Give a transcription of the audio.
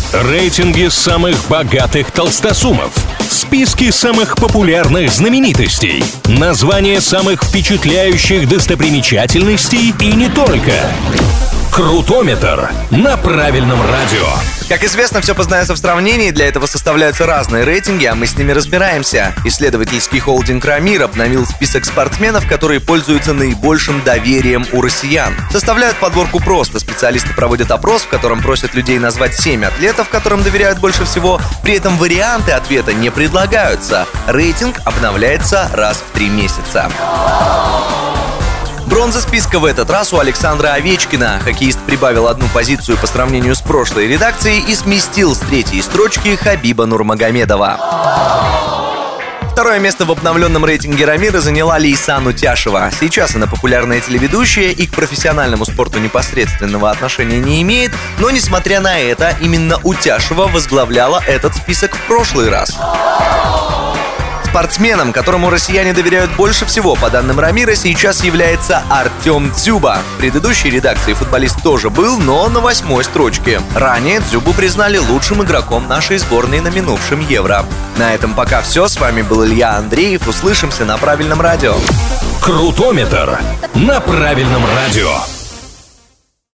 Рейтинги самых богатых толстосумов. Списки самых популярных знаменитостей. Названия самых впечатляющих достопримечательностей и не только. Крутометр на правильном радио. Как известно, все познается в сравнении, для этого составляются разные рейтинги, а мы с ними разбираемся. Исследовательский холдинг «Рамир» обновил список спортсменов, которые пользуются наибольшим доверием у россиян. Составляют подборку просто. Специалисты проводят опрос, в котором просят людей назвать 7 атлетов, которым доверяют больше всего. При этом варианты ответа не предлагаются. Рейтинг обновляется раз в 3 месяца. Бронза списка в этот раз у Александра Овечкина. Хоккеист прибавил одну позицию по сравнению с прошлой редакцией и сместил с 3-й строчки Хабиба Нурмагомедова. Второе место в обновленном рейтинге «Рамира» заняла Лейсан Утяшева. Сейчас она популярная телеведущая и к профессиональному спорту непосредственного отношения не имеет, но, несмотря на это, именно Утяшева возглавляла этот список в прошлый раз. Спортсменом, которому россияне доверяют больше всего, по данным «Рамира», сейчас является Артем Дзюба. В предыдущей редакции футболист тоже был, но на 8-й строчке. Ранее Дзюбу признали лучшим игроком нашей сборной на минувшем Евро. На этом пока все. С вами был Илья Андреев. Услышимся на правильном радио. Крутометр на правильном радио.